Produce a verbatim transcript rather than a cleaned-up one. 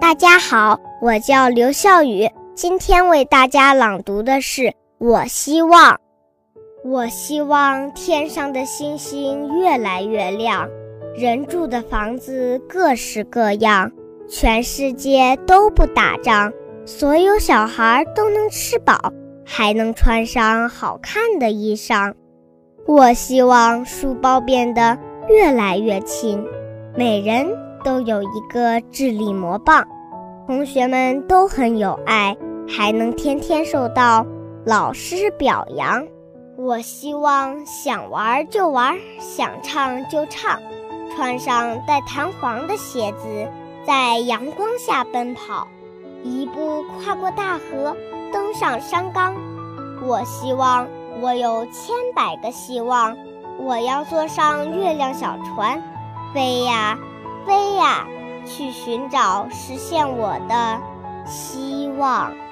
大家好，我叫刘笑宇，今天为大家朗读的是《我希望》。我希望天上的星星越来越亮，人住的房子各式各样，全世界都不打仗，所有小孩都能吃饱，还能穿上好看的衣裳。我希望书包变得越来越轻，每人都有一个智力魔棒，同学们都很有爱，还能天天受到老师表扬。我希望想玩就玩，想唱就唱，穿上带弹簧的鞋子，在阳光下奔跑，一步跨过大河，登上山岗。我希望我有千百个希望，我要坐上月亮小船，飞呀飞呀，去寻找实现我的希望。